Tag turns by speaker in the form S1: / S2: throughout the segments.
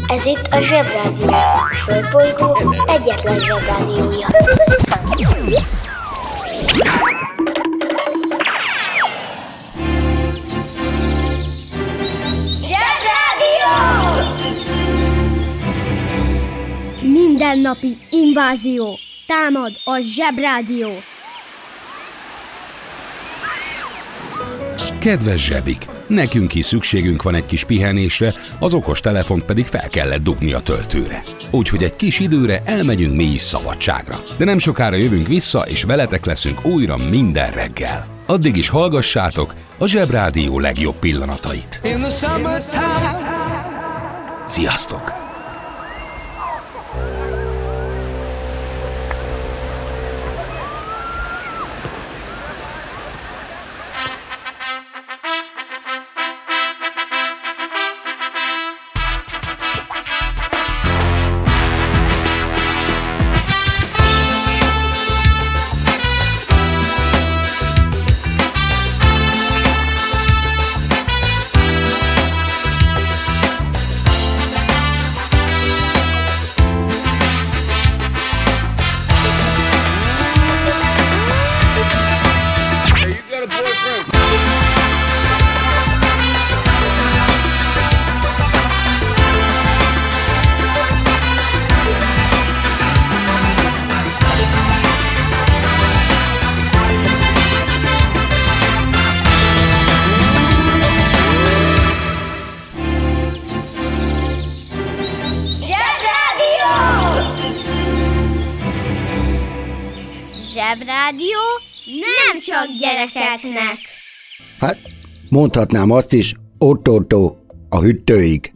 S1: Ez itt a Zsebrádió, a Földbolygó egyetlen Zsebrádiója. Zsebrádió!
S2: Mindennapi invázió. Támad a Zsebrádió.
S3: Kedves zsebik! Nekünk is szükségünk van egy kis pihenésre, az okos telefont pedig fel kellett dugni a töltőre. Úgyhogy egy kis időre elmegyünk mi is szabadságra. De nem sokára jövünk vissza, és veletek leszünk újra minden reggel. Addig is hallgassátok a Zsebrádió legjobb pillanatait. Sziasztok!
S2: Zsebrádió nem csak gyerekeknek.
S4: Hát, mondhatnám azt is, ott-ott a hüttőig.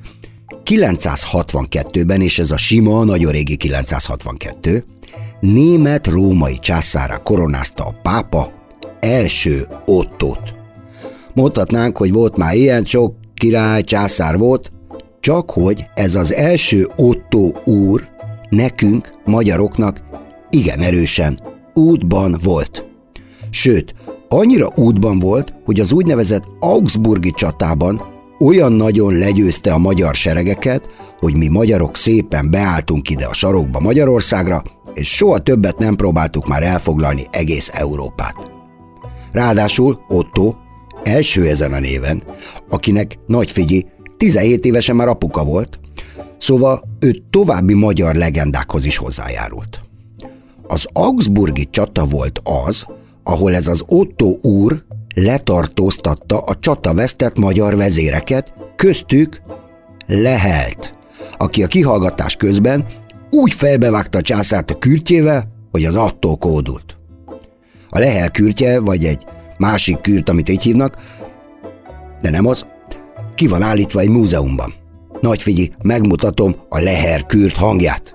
S4: 962-ben, és ez a sima, nagyon régi 962, német-római császárrá koronázta a pápa első Ottót. Mondhatnánk, hogy volt már ilyen, sok király, császár volt, csak hogy ez az első Ottó úr nekünk, magyaroknak igen erősen útban volt. Sőt, annyira útban volt, hogy az úgynevezett augsburgi csatában olyan nagyon legyőzte a magyar seregeket, hogy mi magyarok szépen beálltunk ide a sarokba Magyarországra, és soha többet nem próbáltuk már elfoglalni egész Európát. Ráadásul Ottó első ezen a néven, akinek Nagyfigyi 17 évesen már apuka volt, szóval ő további magyar legendákhoz is hozzájárult. Az augsburgi csata volt az, ahol ez az Ottó úr letartóztatta a csatavesztett magyar vezéreket, köztük Lehelt, aki a kihallgatás közben úgy fejbevágta a császárt a kürtjével, hogy az attól kódult. A Lehel kürtje, vagy egy másik kürt, amit így hívnak, de nem az, ki van állítva egy múzeumban. Nagyfigyi, megmutatom a Lehel kürt hangját.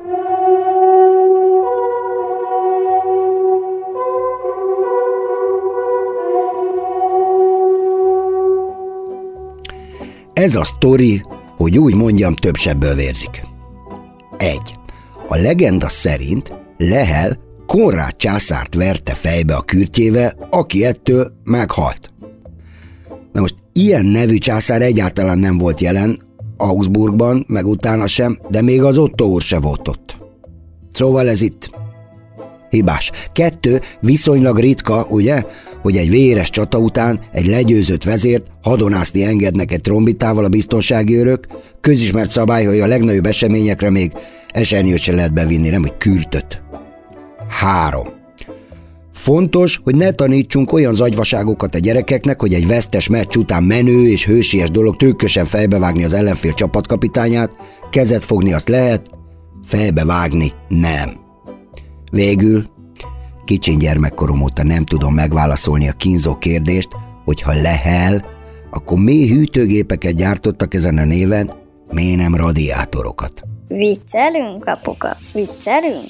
S4: Ez a sztori, hogy úgy mondjam, több sebből vérzik. 1. A legenda szerint Lehel Konrád császárt verte fejbe a kürtjével, aki ettől meghalt. Na most ilyen nevű császár egyáltalán nem volt jelen Augsburgban, meg utána sem, de még az Ottó úr se volt ott. Szóval ez itt hibás. 2. Viszonylag ritka, ugye, hogy egy véres csata után egy legyőzött vezért hadonászni engednek egy trombitával a biztonsági őrök. Közismert szabály, hogy a legnagyobb eseményekre még esernyőt se lehet bevinni, nem hogy kürtöt. 3. Fontos, hogy ne tanítsunk olyan zagyvaságokat a gyerekeknek, hogy egy vesztes meccs után menő és hősies dolog trükkösen fejbevágni az ellenfél csapatkapitányát, kezet fogni azt lehet, fejbevágni nem. Végül, kicsin gyermekkorom óta nem tudom megválaszolni a kínzó kérdést, hogy ha Lehel, akkor mi hűtőgépeket gyártottak ezen a néven, miért nem radiátorokat?
S1: Viccelünk, apuka, viccelünk?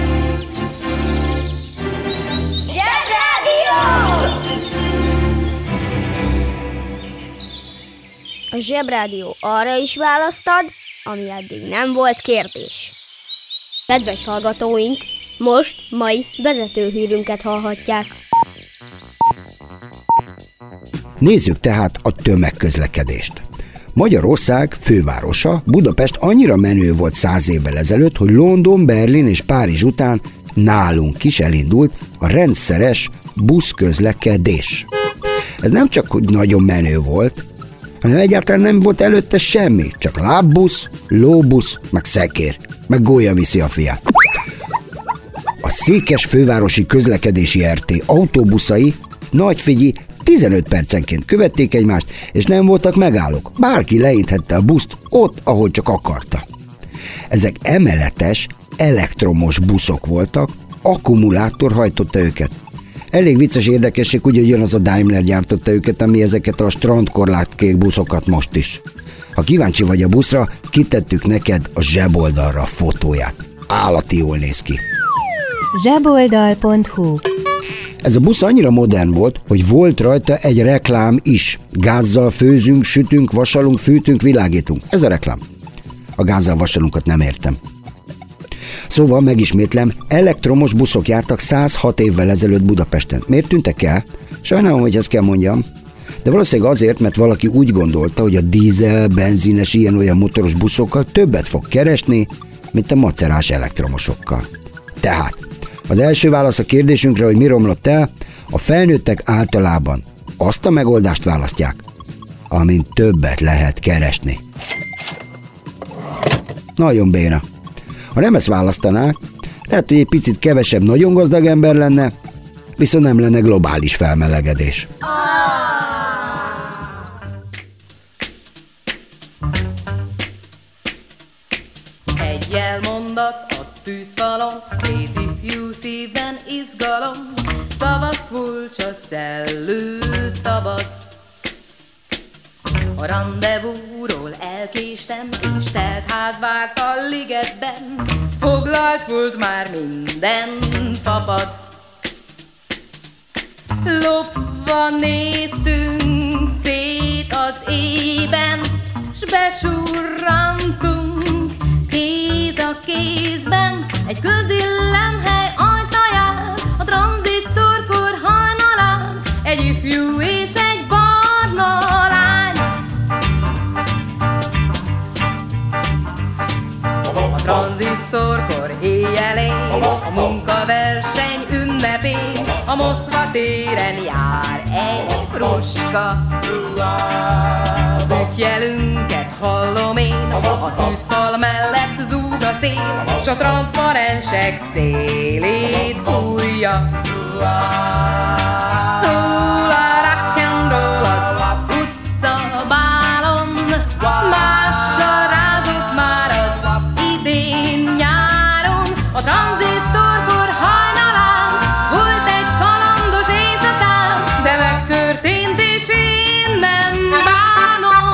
S1: Zsebrádió!
S2: A Zsebrádió arra is választad, ami eddig nem volt kérdés. Kedves hallgatóink, most mai vezetőhírünket hallhatják.
S4: Nézzük tehát a tömegközlekedést. Magyarország fővárosa, Budapest annyira menő volt 100 évvel ezelőtt, hogy London, Berlin és Párizs után nálunk is elindult a rendszeres buszközlekedés. Ez nem csak hogy nagyon menő volt, hanem egyáltalán nem volt előtte semmi, csak lábbusz, lóbusz, meg szekér, meg gólya viszi a fiát. A Székes fővárosi közlekedési RT autóbuszai, nagy figyi, 15 percenként követték egymást, és nem voltak megállók. Bárki leínthette a buszt ott, ahol csak akarta. Ezek emeletes, elektromos buszok voltak, akkumulátor hajtotta őket. Elég vicces érdekesség, úgy, hogy jön az a Daimler gyártotta őket, ami ezeket a strandkorlátkék buszokat most is. Ha kíváncsi vagy a buszra, kitettük neked a zseboldalra a fotóját. Állati jól néz ki.
S5: Zseboldal.hu.
S4: Ez a busz annyira modern volt, hogy volt rajta egy reklám is. Gázzal főzünk, sütünk, vasalunk, fűtünk, világítunk. Ez a reklám. A gázzal vasalunkat nem értem. Szóval megismétlem, elektromos buszok jártak 106 évvel ezelőtt Budapesten. Miért tűntek el? Sajnálom, hogy ezt kell mondjam. De valószínűleg azért, mert valaki úgy gondolta, hogy a dízel, benzines, ilyen-olyan motoros buszokkal többet fog keresni, mint a macerás elektromosokkal. Tehát, az első válasz a kérdésünkre, hogy mi romlott el, a felnőttek általában azt a megoldást választják, amin többet lehet keresni. Nagyon béna. Ha nem ezt választanák, lehet, hogy egy picit kevesebb nagyon gazdag ember lenne, viszont nem lenne globális felmelegedés.
S6: Egy jelmondat a tűzfalon, két ifjú szívben izgalom, tavasz furcsa szellő szabad. A randevúról elkéstem, és telt ház várt a ligetben, foglalt volt már minden papad. Lopva néztünk szét az ében, s besurrantunk kéz a kézben, egy közillemhely ajtaján, a tranzisztorkor hajnalán, egy ifjú és egy barna lány. A tranzisztorkor éjjelén, a munkaverseny ünnepén, a Moszkva téren jár egy fruska. Útjelünket hallom én, a tűzfal mellett zúg a szél, s a transzparensek szélét fújja. Szól a rock and roll az utcabálon, mással rázott már az idén nyáron. A tranzisztorkor hajnalán volt egy kalandos éjszakám, de megtörtént és én nem bánom.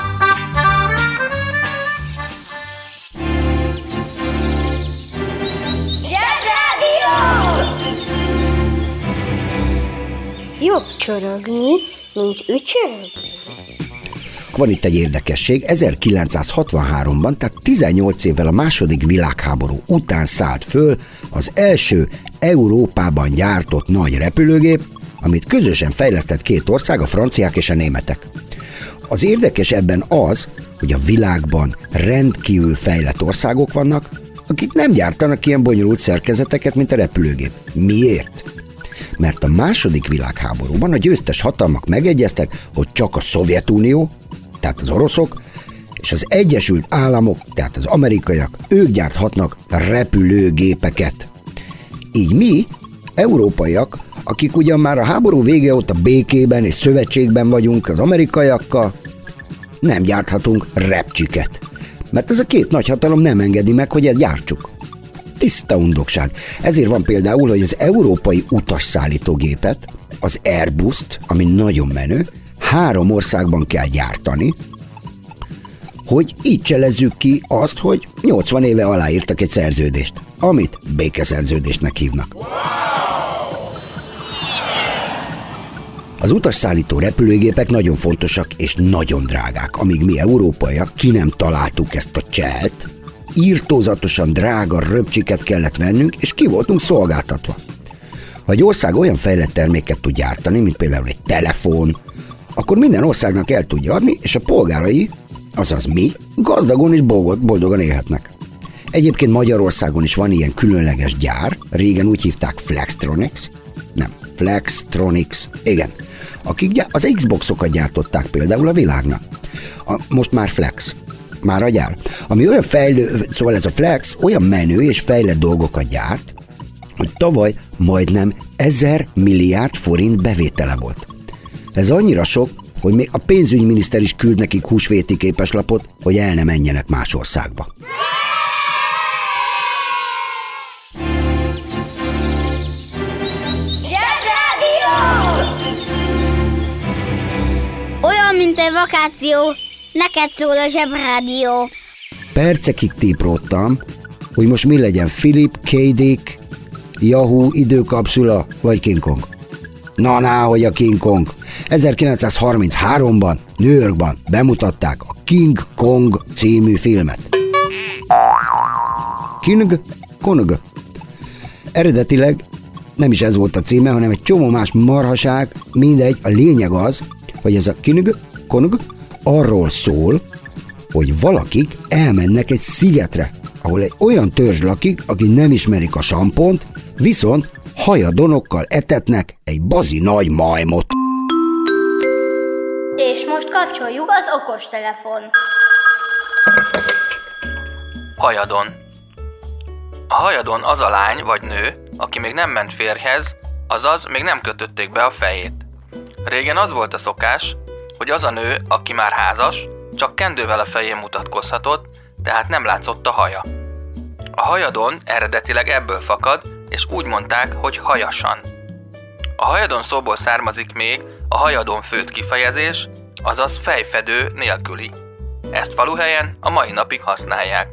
S1: Jobb csorogni, mint ücsörög.
S4: Van itt egy érdekesség, 1963-ban, tehát 18 évvel a második világháború után szállt föl az első Európában gyártott nagy repülőgép, amit közösen fejlesztett két ország, a franciák és a németek. Az érdekes ebben az, hogy a világban rendkívül fejlett országok vannak, akik nem gyártanak ilyen bonyolult szerkezeteket, mint a repülőgép. Miért? Mert a második világháborúban a győztes hatalmak megegyeztek, hogy csak a Szovjetunió, tehát az oroszok, és az Egyesült Államok, tehát az amerikaiak, ők gyárthatnak repülőgépeket. Így mi, európaiak, akik ugyan már a háború vége óta békében és szövetségben vagyunk az amerikaiakkal, nem gyárthatunk repcsiket, mert ez a két nagyhatalom nem engedi meg, hogy ezt gyártsuk. Tiszta undokság. Ezért van például, hogy az európai utasszállítógépet, az Airbus-t, ami nagyon menő, 3 országban kell gyártani, hogy így cselezzük ki azt, hogy 80 éve aláírtak egy szerződést, amit békeszerződésnek hívnak. Az utasszállító repülőgépek nagyon fontosak és nagyon drágák, amíg mi európaiak ki nem találtuk ezt a cselt, írtózatosan drága röpcsiket kellett vennünk, és ki voltunk szolgáltatva. Ha egy ország olyan fejlett terméket tud gyártani, mint például egy telefon, akkor minden országnak el tudja adni, és a polgárai azaz mi, gazdagon és boldogan élhetnek. Egyébként Magyarországon is van ilyen különleges gyár, régen úgy hívták Flextronics, igen, akik az Xboxokat gyártották például a világnak. Most már Flex, már a gyár. Ami olyan szóval ez a Flex olyan menő és fejlett dolgokat gyárt, hogy tavaly majdnem 1000 milliárd forint bevétele volt. Ez annyira sok, hogy még a pénzügyminiszter is küld nekik húsvéti képeslapot, hogy el ne menjenek más országba.
S1: Olyan, mint egy vakáció, neked szól a Zsebrádió.
S4: Percekig típródtam, hogy most mi legyen, Philip K. Dick, Yahoo, időkapszula vagy King Kong. Na, hogy a King Kong. 1933-ban New Yorkban bemutatták a King Kong című filmet. King Kong. Eredetileg nem is ez volt a címe, hanem egy csomó más marhaság, mindegy, a lényeg az, hogy ez a King Kong arról szól, hogy valakik elmennek egy szigetre, ahol egy olyan törzs lakik, aki nem ismerik a sampont, viszont hajadonokkal etetnek egy bazi nagy majmot.
S1: És most kapcsoljuk az okostelefon.
S5: Hajadon. A hajadon az a lány vagy nő, aki még nem ment férjhez, azaz még nem kötötték be a fejét. Régen az volt a szokás, hogy az a nő, aki már házas, csak kendővel a fején mutatkozhatott, tehát nem látszott a haja. A hajadon eredetileg ebből fakad, és úgy mondták, hogy hajasan. A hajadon szóból származik még a hajadon főtt kifejezés, azaz fejfedő nélküli. Ezt faluhelyen a mai napig használják.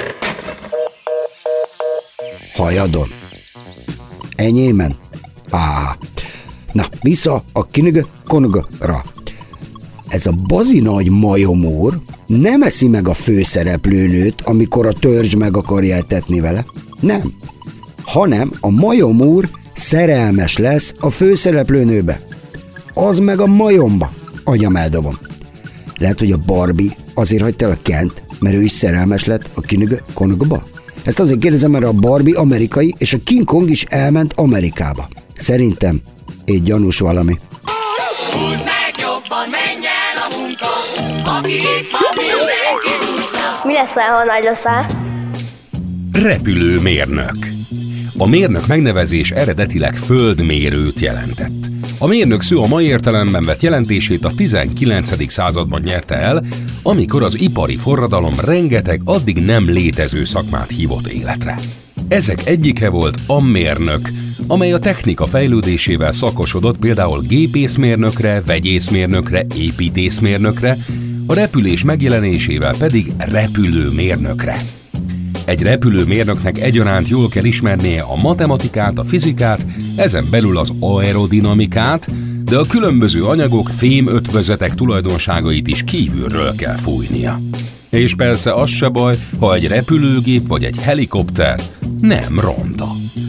S4: Hajadon. Enyémen? Na, vissza a King Kongra. Ez a bazi nagy majomúr nem eszi meg a főszereplőnőt, amikor a törzs meg akarja etetni vele. Nem. Hanem a majomúr szerelmes lesz a főszereplőnőbe. Az meg a majomba. Agyam eldobom. Lehet, hogy a Barbie azért hagyta el a Kent, mert ő is szerelmes lett a King Kongba. Ezt azért kérdezem, mert a Barbie amerikai, és a King Kong is elment Amerikába. Szerintem egy gyanús valami.
S6: Húzd meg jobban, menj el a munka, aki itt van, mindenki húzza.
S1: Mi leszel, ha nagy leszel?
S3: Repülőmérnök. A mérnök megnevezés eredetileg földmérőt jelentett. A mérnök szó a mai értelemben vett jelentését a 19. században nyerte el, amikor az ipari forradalom rengeteg addig nem létező szakmát hívott életre. Ezek egyike volt a mérnök, amely a technika fejlődésével szakosodott például gépészmérnökre, vegyészmérnökre, építészmérnökre, a repülés megjelenésével pedig repülőmérnökre. Egy repülőmérnöknek egyaránt jól kell ismernie a matematikát, a fizikát, ezen belül az aerodinamikát, de a különböző anyagok, fémötvözetek tulajdonságait is kívülről kell fújnia. És persze az se baj, ha egy repülőgép vagy egy helikopter nem ronda.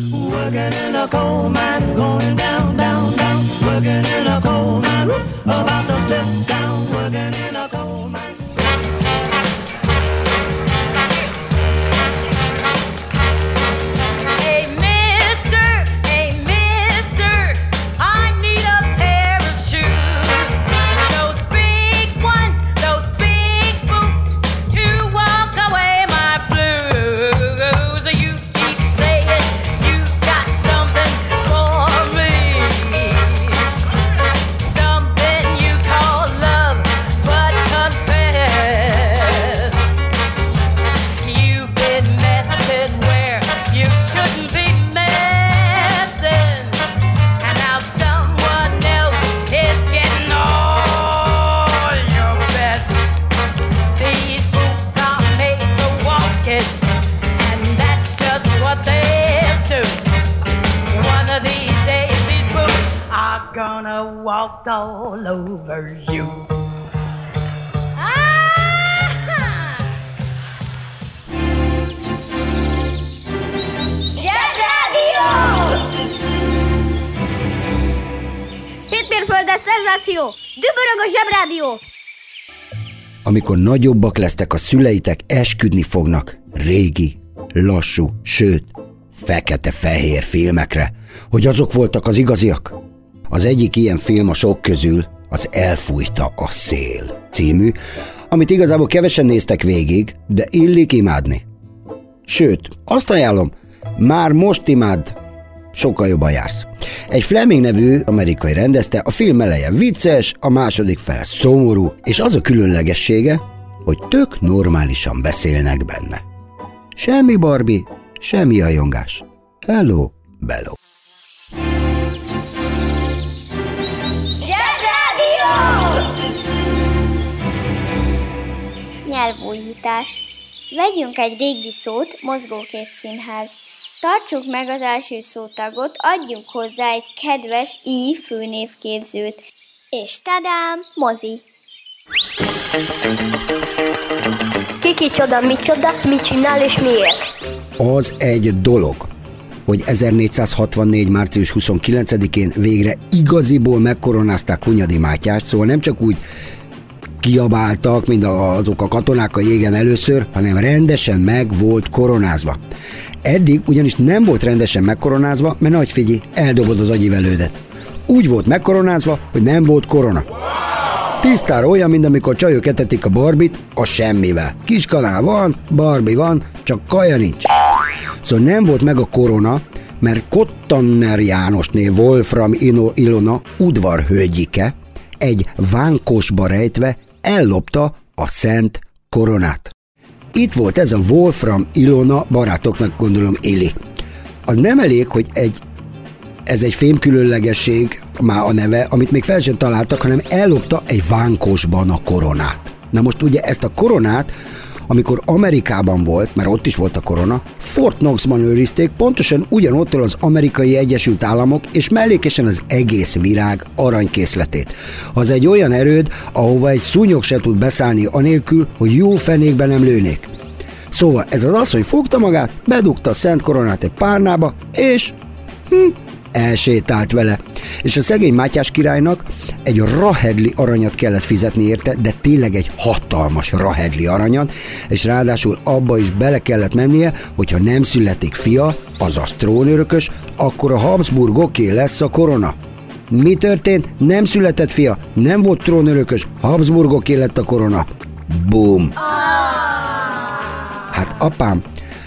S6: Walked all over you.
S1: Zsebrádió!
S2: Hétmérföldes szenzáció! Dübörög a Zsebrádió!
S4: amikor nagyobbak lesztek a szüleitek, esküdni fognak régi, lassú, sőt, fekete-fehér filmekre, hogy azok voltak az igaziak. Az egyik ilyen film a sok közül az Elfújta a szél című, amit igazából kevesen néztek végig, de illik imádni. Sőt, azt ajánlom, már most imád, sokkal jobban jársz. Egy Fleming nevű amerikai rendezte, a film eleje vicces, a második fele szomorú, és az a különlegessége, hogy tök normálisan beszélnek benne. Semmi Barbie, semmi ajongás. Hello, bello.
S1: Nyelvújítás. Vegyünk egy régi szót, mozgóképszínház. Tartsuk meg az első szótagot, adjunk hozzá egy kedves i főnévképzőt. És tadám, mozi.
S2: Ki kicsoda, micsoda, mit csinál és miért?
S4: Az egy dolog, hogy 1464. március 29-én végre igaziból megkoronázták Hunyadi Mátyást, szóval nem csak úgy kiabáltak, mint azok a katonák a jégen először, hanem rendesen meg volt koronázva. Eddig ugyanis nem volt rendesen megkoronázva, mert nagy figyelj, eldobod az agyivelődet. Úgy volt megkoronázva, hogy nem volt korona. Tisztára olyan, mint amikor csajok etetik a Barbit a semmivel. Kiskanál van, Barbie van, csak kaja nincs. Szóval nem volt meg a korona, mert Kottanner Jánosné Wolfram Ilona udvarhölgyike egy vánkosba rejtve ellopta a szent koronát. Itt volt ez a Wolfram Ilona, barátoknak gondolom Ili. Az nem elég, hogy ez egy fémkülönlegesség már a neve, amit még fel sem találtak, hanem ellopta egy vánkosban a koronát. Na most ugye ezt a koronát, amikor Amerikában volt, mert ott is volt a korona, Fort Knoxban őrizték, pontosan ugyanottól az Amerikai Egyesült Államok, és mellékesen az egész virág aranykészletét. Az egy olyan erőd, ahova egy szúnyog se tud beszállni anélkül, hogy jó fenékben nem lőnék. Szóval ez az asszony fogta magát, bedugta a szent koronát egy párnába, és elsétált vele. És a szegény Mátyás királynak egy rahedli aranyat kellett fizetni érte, de tényleg egy hatalmas rahedli aranyat, és ráadásul abba is bele kellett mennie, hogyha nem születik fia, azaz trónörökös, akkor a Habsburgoké lesz a korona. Mi történt? Nem született fia, nem volt trónörökös, Habsburgoké lett a korona. Boom! Hát apám,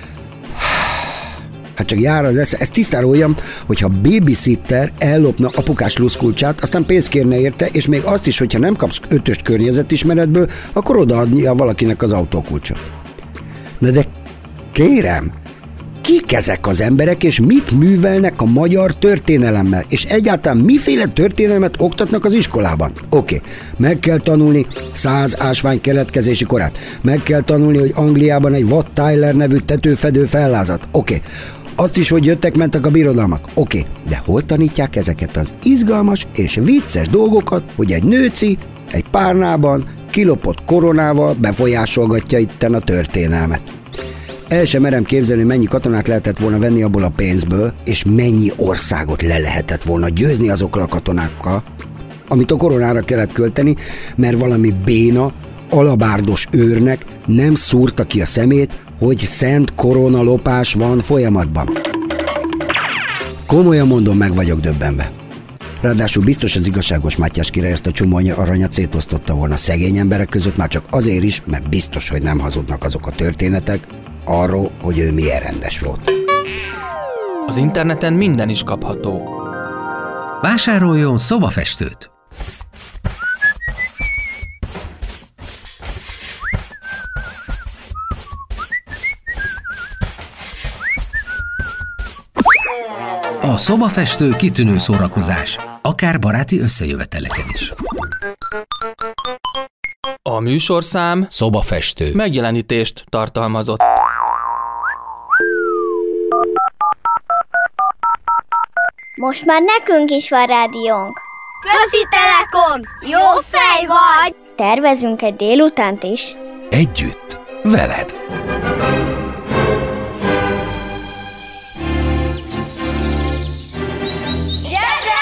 S4: hát csak jár az esze. Ez tisztára olyan, hogyha babysitter ellopna apukás luszkulcsát, aztán pénzt kérne érte, és még azt is, hogyha nem kapsz 5-öst környezetismeretből, akkor odaadnia valakinek az autókulcsot. Na de kérem, kik ezek az emberek, és mit művelnek a magyar történelemmel? És egyáltalán miféle történelmet oktatnak az iskolában? Oké, meg kell tanulni 100 ásvány keletkezési korát. Meg kell tanulni, hogy Angliában egy Wat Tyler nevű tetőfedő fellázadt. Oké. Azt is, hogy jöttek-mentek a birodalmak. Oké, de hol tanítják ezeket az izgalmas és vicces dolgokat, hogy egy nőci egy párnában kilopott koronával befolyásolgatja itten a történelmet? El sem merem képzelni, mennyi katonát lehetett volna venni abból a pénzből, és mennyi országot le lehetett volna győzni azokkal a katonákkal, amit a koronára kellett költeni, mert valami béna, alabárdos őrnek nem szúrta ki a szemét, hogy szent koronalopás van folyamatban. Komolyan mondom, meg vagyok döbbenve. Ráadásul biztos az igazságos Mátyás király ezt a csomó aranyat szétosztotta volna szegény emberek között, már csak azért is, mert biztos, hogy nem hazudnak azok a történetek arról, hogy ő milyen rendes volt.
S5: Az interneten minden is kapható.
S7: Vásároljon szobafestőt! A szobafestő kitűnő szórakozás, akár baráti összejöveteleken is.
S5: A műsorszám
S7: Szobafestő
S5: megjelenítést tartalmazott.
S1: Most már nekünk is van rádiónk.
S2: Köszi Telekom! Jó fej vagy!
S1: Tervezünk egy délutánt is.
S7: együtt, veled!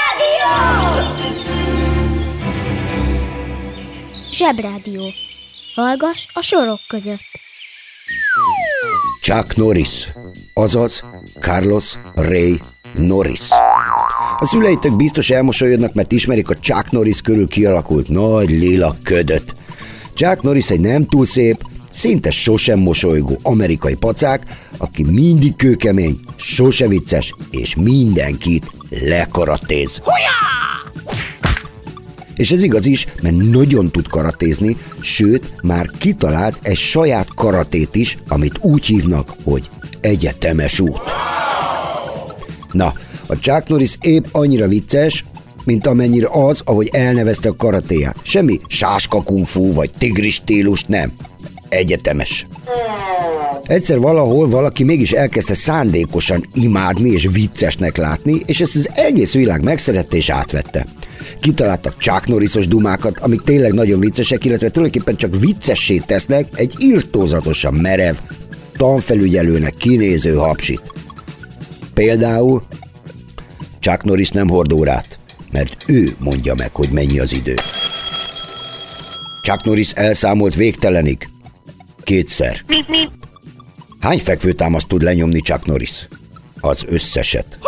S2: Zsebrádió. Hallgass a sorok között.
S4: Chuck Norris, azaz Carlos Ray Norris. A szüleitek biztos elmosolyodnak, mert ismerik a Chuck Norris körül kialakult nagy lila ködöt. Chuck Norris egy nem túl szép, szinte sosem mosolygó amerikai pacák, aki mindig kőkemény, sose vicces, és mindenkit lekaratéz. És ez igaz is, mert nagyon tud karatézni, sőt, már kitalált egy saját karatét is, amit úgy hívnak, hogy egyetemes út. Na, a Chuck Norris épp annyira vicces, mint amennyire az, ahogy elnevezte a karatéját. Semmi sáska kung fu vagy tigris stílus, nem. Egyetemes. Egyszer valahol valaki mégis elkezdte szándékosan imádni és viccesnek látni, és ezt az egész világ megszerette és átvette. Kitaláltak Chuck Norrisos dumákat, amik tényleg nagyon viccesek, illetve tulajdonképpen csak viccessé tesznek egy irtózatosan merev, tanfelügyelőnek kinéző hapsit. Például Chuck Norris nem hord órát, mert ő mondja meg, hogy mennyi az idő. Chuck Norris elszámolt végtelenig. 2-szer. Hány fekvőtámaszt tud lenyomni Chuck Norris? Az összeset.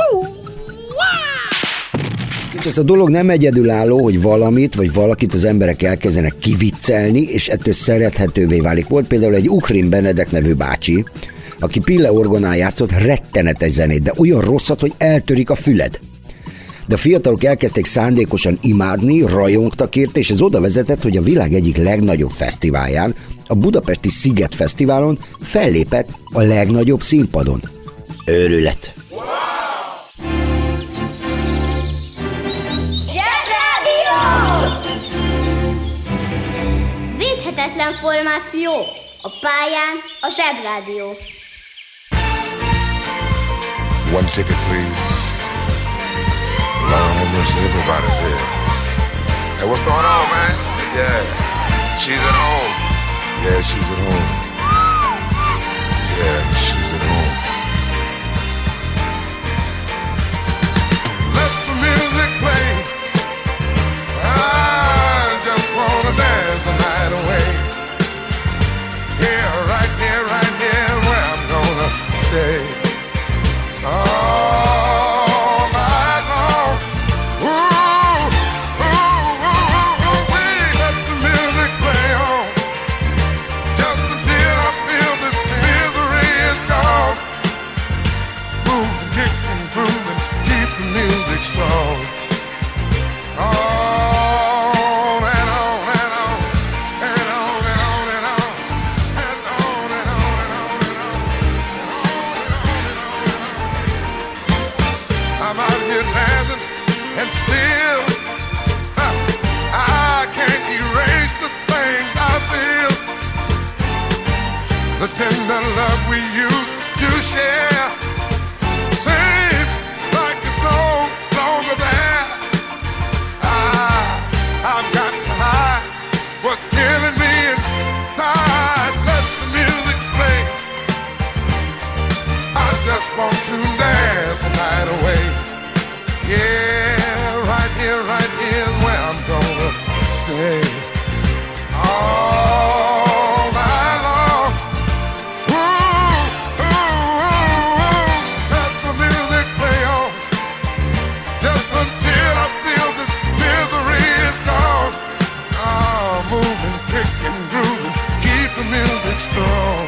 S4: Ez a dolog nem egyedülálló, hogy valamit vagy valakit az emberek elkezdenek kiviccelni, és ettől szerethetővé válik. Volt például egy Uhrin Benedek nevű bácsi, aki Pille orgonán játszott rettenetes zenét, de olyan rosszat, hogy eltörik a füled. De a fiatalok elkezdték szándékosan imádni, rajongtak érte, és ez oda vezetett, hogy a világ egyik legnagyobb fesztiválján, a budapesti Sziget Fesztiválon fellépett a legnagyobb színpadon. Őrület!
S1: Védhetetlen formáció, a pályán a Zsebrádió.
S8: One ticket, please. Lord have mercy, everybody's here. Hey, what's going on, man? Yeah, she's at home. Yeah, she's at home. Yeah, she's at home. Let the music play. I just wanna dance the night away. Yeah, right here where I'm gonna stay. The tender love we used to share seems like it's no longer there. I've got to hide what's killing me inside. Let the music play. I just want to dance the night away. Yeah, right here is where I'm gonna stay. All night long. Let the music play on. Just until I feel this misery is gone. Moving, kicking, grooving, keep the music strong.